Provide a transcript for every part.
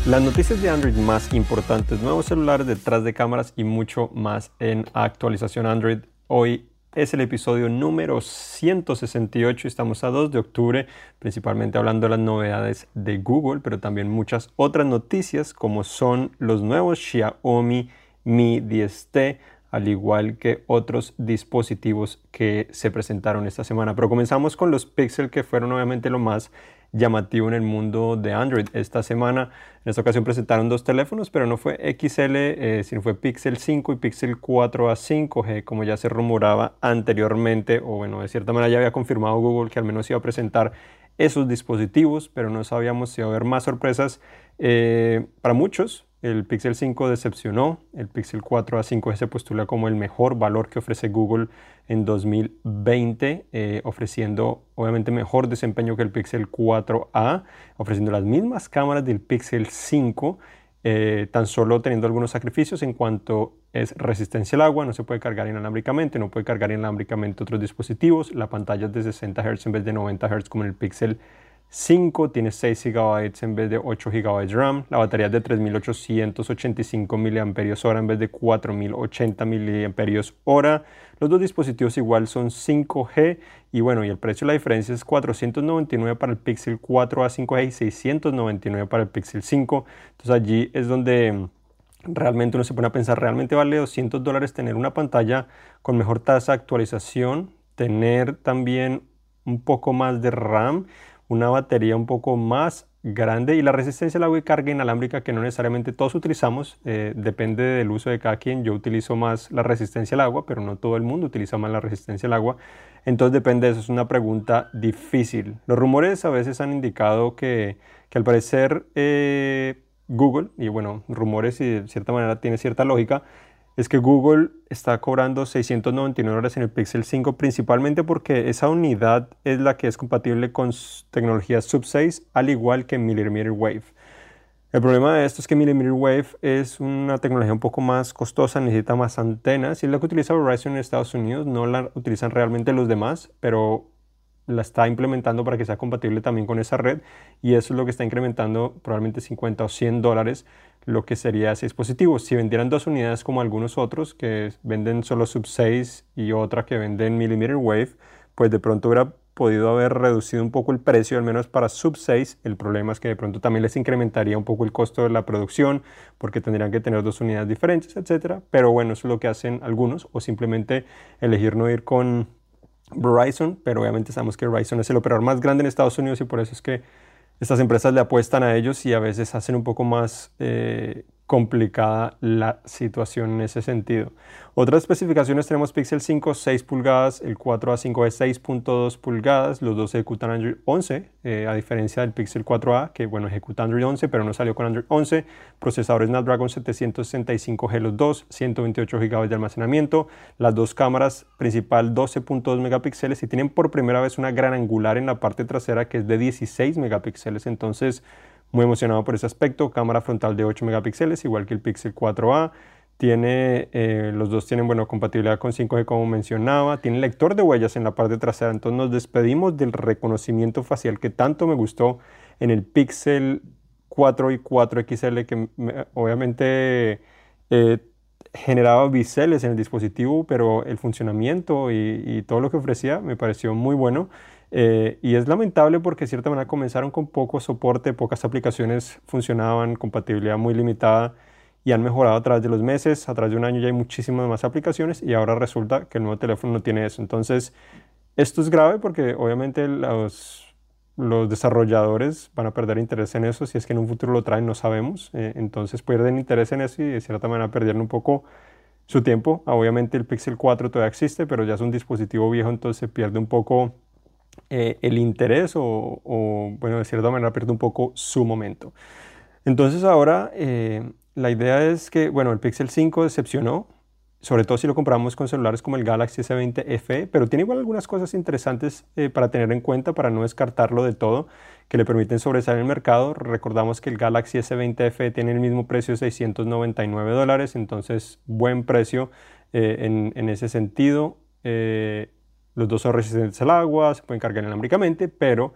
Las noticias de Android más importantes, nuevos celulares detrás de cámaras y mucho más en actualización Android. Hoy es el episodio número 168 y estamos a 2 de octubre, principalmente hablando de las novedades de Google, pero también muchas otras noticias como son los nuevos Xiaomi Mi 10T, al igual que otros dispositivos que se presentaron esta semana. Pero comenzamos con los Pixel, que fueron obviamente lo más llamativo en el mundo de Android esta semana. En esta ocasión presentaron dos teléfonos, pero no fue XL, sino fue Pixel 5 y Pixel 4a 5G, como ya se rumoraba anteriormente, o bueno, de cierta manera ya había confirmado Google que al menos iba a presentar esos dispositivos, pero no sabíamos si iba a haber más sorpresas. Para muchos, el Pixel 5 decepcionó. El Pixel 4a 5G se postula como el mejor valor que ofrece Google en 2020, ofreciendo obviamente mejor desempeño que el Pixel 4a, ofreciendo las mismas cámaras del Pixel 5, tan solo teniendo algunos sacrificios en cuanto es resistencia al agua. No se puede cargar inalámbricamente, no puede cargar inalámbricamente otros dispositivos. La pantalla es de 60 Hz en vez de 90 Hz como en el Pixel 5, tiene 6 GB en vez de 8 GB de RAM, la batería es de 3885 mAh en vez de 4080 mAh. Los dos dispositivos igual son 5G y bueno, y el precio, la diferencia es 499 para el Pixel 4a 5G y 699 para el Pixel 5. Entonces allí es donde realmente uno se pone a pensar, ¿realmente vale $200 tener una pantalla con mejor tasa de actualización, tener también un poco más de RAM, una batería un poco más grande y la resistencia al agua y carga inalámbrica que no necesariamente todos utilizamos? Depende del uso de cada quien. Yo utilizo más la resistencia al agua, pero no todo el mundo utiliza más la resistencia al agua. Entonces depende de eso, es una pregunta difícil. Los rumores a veces han indicado que al parecer Google, y bueno, rumores y de cierta manera tiene cierta lógica, es que Google está cobrando $699 en el Pixel 5, principalmente porque esa unidad es la que es compatible con tecnología Sub-6, al igual que Millimeter Wave. El problema de esto es que Millimeter Wave es una tecnología un poco más costosa, necesita más antenas, y es la que utiliza Verizon en Estados Unidos, no la utilizan realmente los demás, pero la está implementando para que sea compatible también con esa red, y eso es lo que está incrementando probablemente 50 o $100 lo que sería ese dispositivo. Si vendieran dos unidades como algunos otros que venden solo Sub-6 y otra que venden Millimeter Wave, pues de pronto hubiera podido haber reducido un poco el precio, al menos para Sub-6. El problema es que de pronto también les incrementaría un poco el costo de la producción porque tendrían que tener dos unidades diferentes, etcétera. Pero bueno, eso es lo que hacen algunos, o simplemente elegir no ir con Verizon, pero obviamente sabemos que Verizon es el operador más grande en Estados Unidos y por eso es que estas empresas le apuestan a ellos y a veces hacen un poco más complicada la situación en ese sentido. Otras especificaciones tenemos Pixel 5 6 pulgadas, el 4a 5G 6.2 pulgadas, los dos ejecutan Android 11, a diferencia del Pixel 4a que bueno, ejecuta Android 11 pero no salió con Android 11, procesadores Snapdragon 765G los dos, 128 GB de almacenamiento, las dos cámaras principal 12.2 megapíxeles y tienen por primera vez una gran angular en la parte trasera que es de 16 megapíxeles, entonces muy emocionado por ese aspecto. Cámara frontal de 8 megapíxeles, igual que el Pixel 4a. Los dos tienen compatibilidad con 5G como mencionaba. Tiene lector de huellas en la parte trasera. Entonces nos despedimos del reconocimiento facial que tanto me gustó en el Pixel 4 y 4 XL, que obviamente generaba biseles en el dispositivo, pero el funcionamiento y todo lo que ofrecía me pareció muy bueno. Y es lamentable porque de cierta manera comenzaron con poco soporte, pocas aplicaciones funcionaban, compatibilidad muy limitada, y han mejorado a través de los meses. A través de un año ya hay muchísimas más aplicaciones y ahora resulta que el nuevo teléfono no tiene eso. Entonces esto es grave porque obviamente los desarrolladores van a perder interés en eso. Si es que en un futuro lo traen, no sabemos. Entonces pierden interés en eso y de cierta manera perdieron un poco su tiempo. Obviamente el Pixel 4 todavía existe, pero ya es un dispositivo viejo, entonces se pierde un poco el interés bueno, de cierta manera pierde un poco su momento. Entonces ahora la idea es que, bueno, el Pixel 5 decepcionó, sobre todo si lo comparamos con celulares como el Galaxy S20 FE, pero tiene igual algunas cosas interesantes para tener en cuenta, para no descartarlo de todo, que le permiten sobresalir en el mercado. Recordamos que el Galaxy S20 FE tiene el mismo precio de $699, entonces buen precio en ese sentido. Los dos son resistentes al agua, se pueden cargar inalámbricamente, pero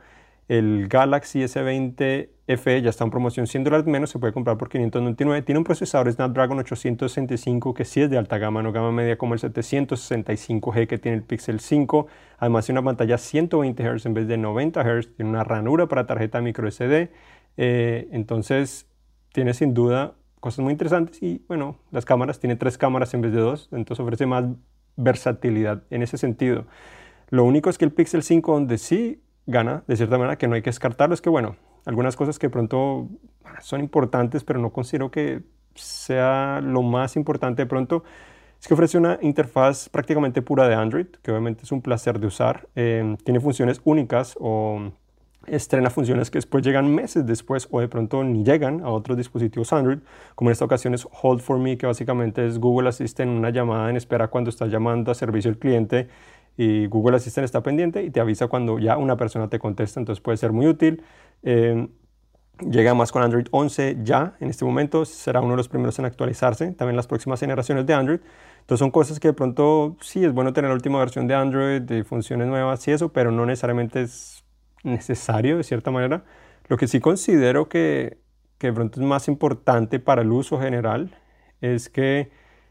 El Galaxy S20 FE ya está en promoción, $100 menos, se puede comprar por $599. Tiene un procesador Snapdragon 865 que sí es de alta gama, no gama media como el 765G que tiene el Pixel 5. Además tiene una pantalla 120 Hz en vez de 90 Hz, tiene una ranura para tarjeta micro SD. Entonces tiene sin duda cosas muy interesantes y bueno, las cámaras, tiene 3 cámaras en vez de 2, entonces ofrece más versatilidad en ese sentido. Lo único es que el Pixel 5 donde sí gana, de cierta manera, que no hay que descartarlo, es que bueno, algunas cosas que de pronto son importantes, pero no considero que sea lo más importante de pronto, es que ofrece una interfaz prácticamente pura de Android, que obviamente es un placer de usar. Tiene funciones únicas o estrena funciones que después llegan meses después o de pronto ni llegan a otros dispositivos Android, como en esta ocasión es Hold for Me, que básicamente es Google Assistant, una llamada en espera cuando estás llamando a servicio al cliente y Google Assistant está pendiente y te avisa cuando ya una persona te contesta, entonces puede ser muy útil. Llega más con Android 11 ya, en este momento será uno de los primeros en actualizarse, también las próximas generaciones de Android. Entonces son cosas que de pronto sí es bueno tener la última versión de Android, de funciones nuevas y eso, pero no necesariamente es necesario de cierta manera. Lo que sí considero que de pronto es más importante para el uso general es que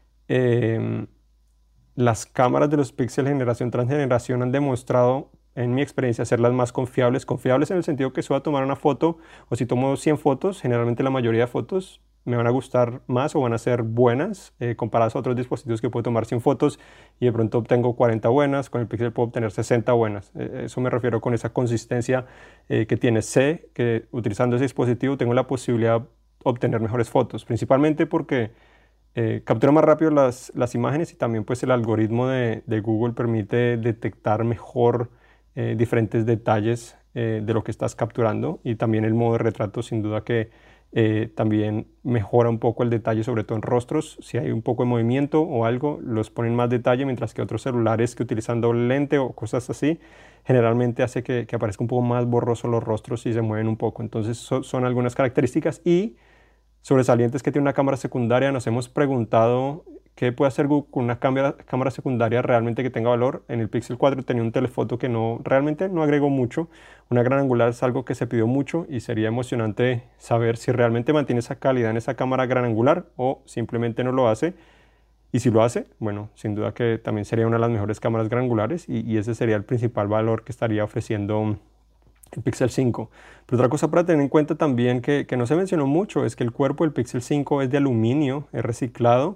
las cámaras de los Pixel generación tras generación han demostrado, en mi experiencia, ser las más confiables. Confiables en el sentido que si voy a tomar una foto o si tomo 100 fotos, generalmente la mayoría de fotos me van a gustar más o van a ser buenas comparadas a otros dispositivos que puedo tomar 100 fotos y de pronto obtengo 40 buenas, con el Pixel puedo obtener 60 buenas. Eso me refiero con esa consistencia que tiene. Sé que utilizando ese dispositivo tengo la posibilidad de obtener mejores fotos, principalmente porque captura más rápido las imágenes y también pues el algoritmo de Google permite detectar mejor diferentes detalles de lo que estás capturando y también el modo de retrato sin duda que también mejora un poco el detalle, sobre todo en rostros. Si hay un poco de movimiento o algo, los ponen más detalle, mientras que otros celulares que utilizan doble lente o cosas así, generalmente hace que aparezca un poco más borroso los rostros y se mueven un poco. Entonces son algunas características y sobresalientes que tiene una cámara secundaria. Nos hemos preguntado qué puede hacer Google con una cámara secundaria realmente que tenga valor. En el Pixel 4 tenía un telefoto que realmente no agregó mucho. Una gran angular es algo que se pidió mucho y sería emocionante saber si realmente mantiene esa calidad en esa cámara gran angular o simplemente no lo hace. Y si lo hace, bueno, sin duda que también sería una de las mejores cámaras gran angulares y ese sería el principal valor que estaría ofreciendo el Pixel 5. Pero otra cosa para tener en cuenta también que no se mencionó mucho es que el cuerpo del Pixel 5 es de aluminio, es reciclado.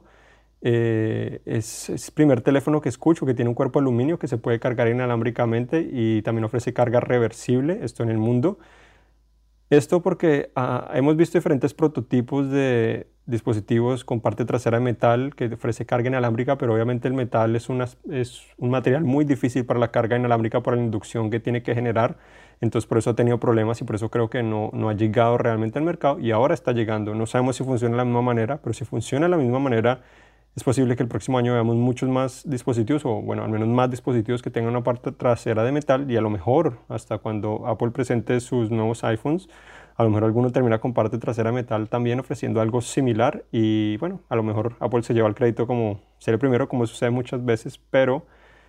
Es el primer teléfono que escucho que tiene un cuerpo de aluminio que se puede cargar inalámbricamente y también ofrece carga reversible, esto en el mundo. Esto porque hemos visto diferentes prototipos de dispositivos con parte trasera de metal que ofrece carga inalámbrica, pero obviamente el metal es un material muy difícil para la carga inalámbrica por la inducción que tiene que generar. Entonces por eso ha tenido problemas y por eso creo que no ha llegado realmente al mercado y ahora está llegando. No sabemos si funciona de la misma manera, pero si funciona de la misma manera, es posible que el próximo año veamos muchos más dispositivos, o bueno, al menos más dispositivos que tengan una parte trasera de metal y a lo mejor hasta cuando Apple presente sus nuevos iPhones, a lo mejor alguno termina con parte trasera de metal también ofreciendo algo similar y bueno, a lo mejor Apple se lleva el crédito como ser el primero, como sucede muchas veces, pero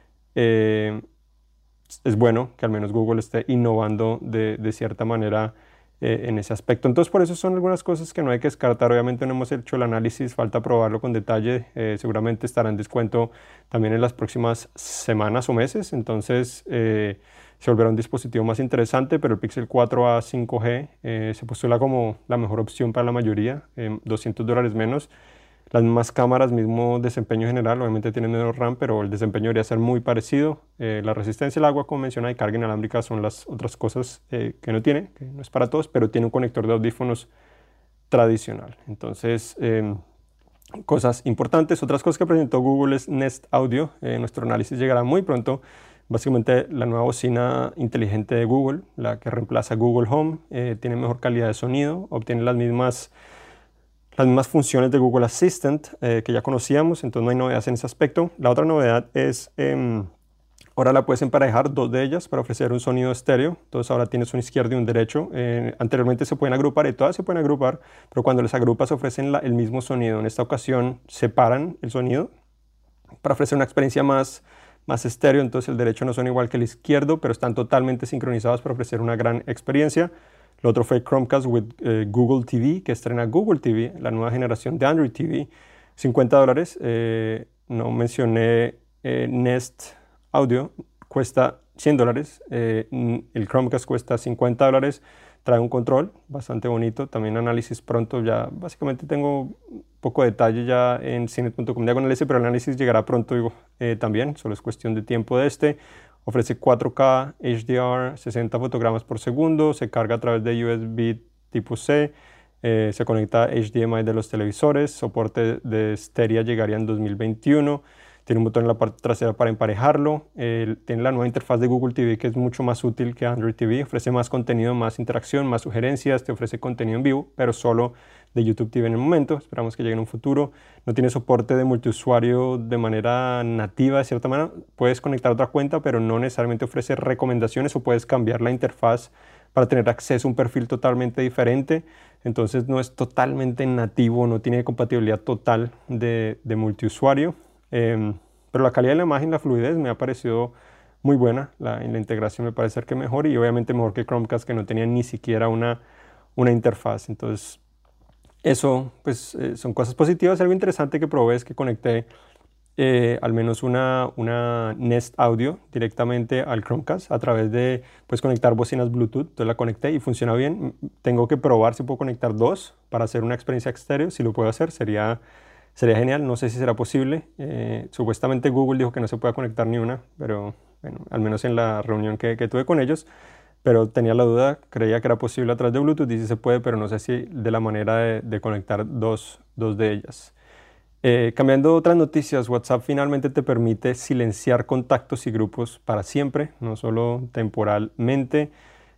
es bueno que al menos Google esté innovando de cierta manera en ese aspecto. Entonces por eso son algunas cosas que no hay que descartar. Obviamente no hemos hecho el análisis, falta probarlo con detalle. Seguramente estará en descuento también en las próximas semanas o meses. Entonces se volverá un dispositivo más interesante, pero el Pixel 4a 5G se postula como la mejor opción para la mayoría, $200 menos. Las mismas cámaras, mismo desempeño general, obviamente tienen menos RAM, pero el desempeño debería ser muy parecido. La resistencia al agua, como mencioné, y carga inalámbrica son las otras cosas que no tiene, que no es para todos, pero tiene un conector de audífonos tradicional. Entonces, cosas importantes. Otras cosas que presentó Google es Nest Audio. Nuestro análisis llegará muy pronto. Básicamente la nueva bocina inteligente de Google, la que reemplaza Google Home, tiene mejor calidad de sonido, obtiene las mismas funciones de Google Assistant que ya conocíamos, entonces no hay novedades en ese aspecto. La otra novedad es, ahora la puedes emparejar, 2 de ellas, para ofrecer un sonido estéreo. Entonces ahora tienes un izquierdo y un derecho. Anteriormente se pueden agrupar y todas se pueden agrupar, pero cuando les agrupas ofrecen el mismo sonido. En esta ocasión separan el sonido para ofrecer una experiencia más más estéreo, entonces el derecho no suena igual que el izquierdo, pero están totalmente sincronizados para ofrecer una gran experiencia. Lo otro fue Chromecast with Google TV, que estrena Google TV, la nueva generación de Android TV, $50. No mencioné Nest Audio, cuesta $100. El Chromecast cuesta $50. Trae un control bastante bonito, también análisis pronto. Ya básicamente tengo poco detalle ya en cine.com/S, pero el análisis llegará pronto, digo, también, solo es cuestión de tiempo de este. Ofrece 4K, HDR, 60 fotogramas por segundo, se carga a través de USB tipo C, se conecta a HDMI de los televisores, soporte de Stereo llegaría en 2021. Tiene un botón en la parte trasera para emparejarlo. Tiene la nueva interfaz de Google TV, que es mucho más útil que Android TV. Ofrece más contenido, más interacción, más sugerencias. Te ofrece contenido en vivo, pero solo de YouTube TV en el momento. Esperamos que llegue en un futuro. No tiene soporte de multiusuario de manera nativa, de cierta manera. Puedes conectar otra cuenta, pero no necesariamente ofrece recomendaciones, o puedes cambiar la interfaz para tener acceso a un perfil totalmente diferente. Entonces no es totalmente nativo, no tiene compatibilidad total de multiusuario. Pero la calidad de la imagen, la fluidez me ha parecido muy buena. La integración me parece ser que mejor, y obviamente mejor que Chromecast, que no tenía ni siquiera una interfaz. Entonces eso pues son cosas positivas. Algo interesante que probé es que conecté al menos una Nest Audio directamente al Chromecast a través de conectar bocinas Bluetooth. Entonces la conecté y funciona bien. Tengo que probar si puedo conectar dos para hacer una experiencia estéreo. Si lo puedo hacer, sería genial. No sé si será posible. Supuestamente Google dijo que no se puede conectar ni una, pero bueno, al menos en la reunión que tuve con ellos. Pero tenía la duda, creía que era posible a través de Bluetooth, y sí se puede, pero no sé si de la manera de conectar dos de ellas. Cambiando otras noticias, WhatsApp finalmente te permite silenciar contactos y grupos para siempre, no solo temporalmente.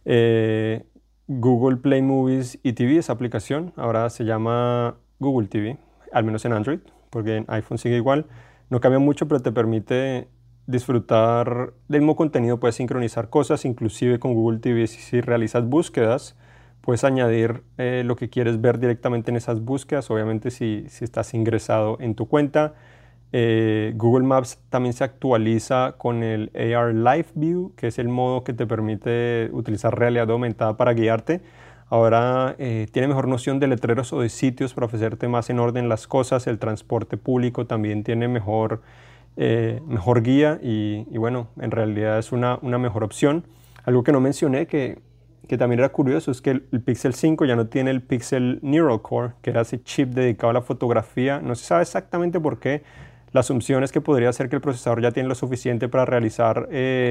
Google Play Movies y TV, esa aplicación, ahora se llama Google TV, al menos en Android, porque en iPhone sigue igual. No cambia mucho, pero te permite disfrutar del mismo contenido. Puedes sincronizar cosas, inclusive con Google TV. Si realizas búsquedas, puedes añadir lo que quieres ver directamente en esas búsquedas, obviamente si estás ingresado en tu cuenta. Google Maps también se actualiza con el AR Live View, que es el modo que te permite utilizar realidad aumentada para guiarte. Ahora tiene mejor noción de letreros o de sitios para ofrecerte más en orden las cosas. El transporte público también tiene mejor guía, y bueno, en realidad es una mejor opción. Algo que no mencioné, que también era curioso, es que el Pixel 5 ya no tiene el Pixel Neural Core, que era ese chip dedicado a la fotografía. No se sabe exactamente por qué. La asunción es que podría ser que el procesador ya tiene lo suficiente para realizar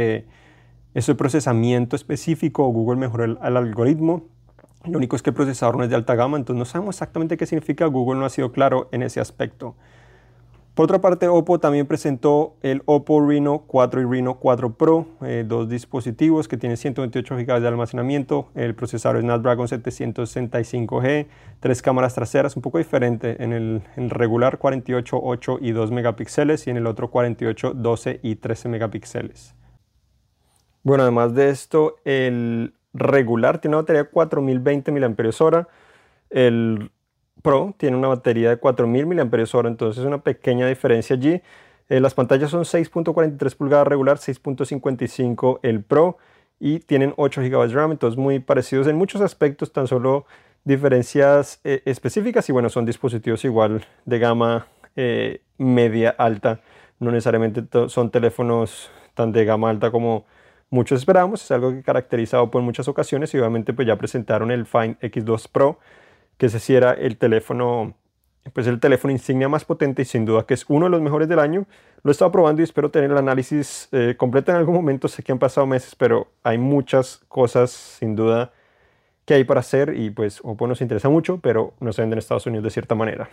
ese procesamiento específico, o Google mejoró el algoritmo. Lo único es que el procesador no es de alta gama, entonces no sabemos exactamente qué significa. Google no ha sido claro en ese aspecto. Por otra parte, Oppo también presentó el Oppo Reno 4 y Reno 4 Pro, dos dispositivos que tienen 128 GB de almacenamiento. El procesador Snapdragon 765G, tres cámaras traseras, un poco diferente en el regular, 48, 8 y 2 megapíxeles, y en el otro 48, 12 y 13 megapíxeles. Bueno, además de esto, el regular tiene una batería de 4020 mAh. El Pro tiene una batería de 4000 mAh, entonces una pequeña diferencia allí. Las pantallas son 6.43 pulgadas regular, 6.55 el Pro, y tienen 8 GB de RAM, entonces muy parecidos en muchos aspectos, tan solo diferencias específicas. Y bueno, son dispositivos igual de gama media alta, no necesariamente son teléfonos tan de gama alta como muchos esperamos. Es algo que caracteriza a Oppo en muchas ocasiones, y obviamente pues ya presentaron el Find X2 Pro, que ese sí era el teléfono insignia más potente, y sin duda que es uno de los mejores del año. Lo he estado probando y espero tener el análisis completo en algún momento. Sé que han pasado meses, pero hay muchas cosas sin duda que hay para hacer, y pues Oppo nos interesa mucho, pero no se vende en Estados Unidos de cierta manera.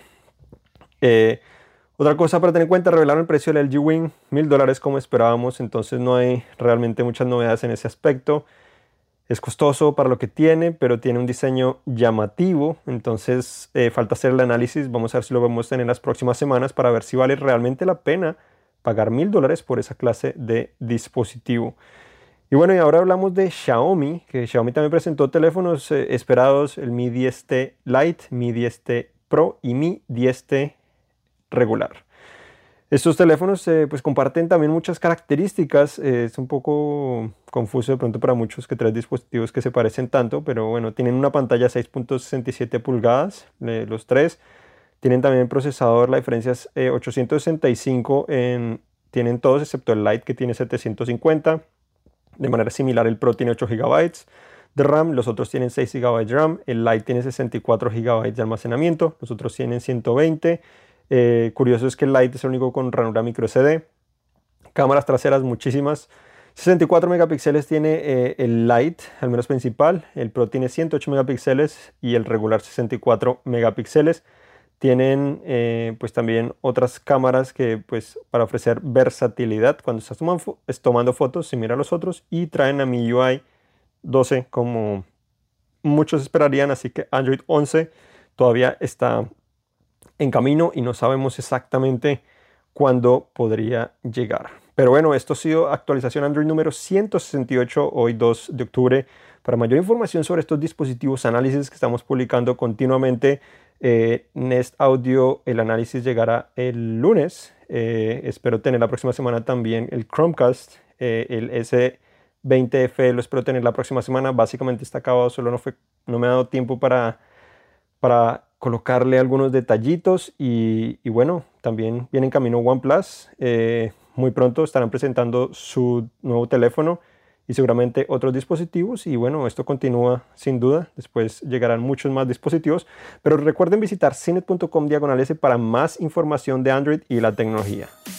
Otra cosa para tener en cuenta, revelaron el precio del LG Wing, $1000 como esperábamos, entonces no hay realmente muchas novedades en ese aspecto. Es costoso para lo que tiene, pero tiene un diseño llamativo, entonces falta hacer el análisis. Vamos a ver si lo vemos en las próximas semanas para ver si vale realmente la pena pagar $1000 por esa clase de dispositivo. Y bueno, y ahora hablamos de Xiaomi, que Xiaomi también presentó teléfonos esperados, el Mi 10T Lite, Mi 10T Pro y Mi 10T regular. Estos teléfonos pues comparten también muchas características. Es un poco confuso de pronto para muchos que traen dispositivos que se parecen tanto, pero bueno, tienen una pantalla 6.67 pulgadas, los tres. Tienen también procesador, la diferencia es 865 tienen todos excepto el Lite que tiene 750. De manera similar el Pro tiene 8 GB de RAM, los otros tienen 6 GB de RAM, el Lite tiene 64 GB de almacenamiento, los otros tienen 120. Curioso es que el Lite es el único con ranura micro SD. Cámaras traseras muchísimas. 64 megapíxeles tiene el Lite, al menos principal. El Pro tiene 108 megapíxeles y el regular 64 megapíxeles. Tienen pues también otras cámaras que pues para ofrecer versatilidad cuando estás tomando fotos similar a los otros, y traen a MIUI 12 como muchos esperarían, así que Android 11 todavía está en camino y no sabemos exactamente cuándo podría llegar. Pero bueno, esto ha sido actualización Android número 168, hoy 2 de octubre. Para mayor información sobre estos dispositivos, análisis que estamos publicando continuamente, Nest Audio, el análisis llegará el lunes. Espero tener la próxima semana también el Chromecast, el S20F lo espero tener la próxima semana. Básicamente está acabado, solo no me ha dado tiempo para colocarle algunos detallitos y bueno, también viene en camino OnePlus. Muy pronto estarán presentando su nuevo teléfono y seguramente otros dispositivos, y bueno, esto continúa sin duda. Después llegarán muchos más dispositivos, pero recuerden visitar cnet.com/s para más información de Android y la tecnología.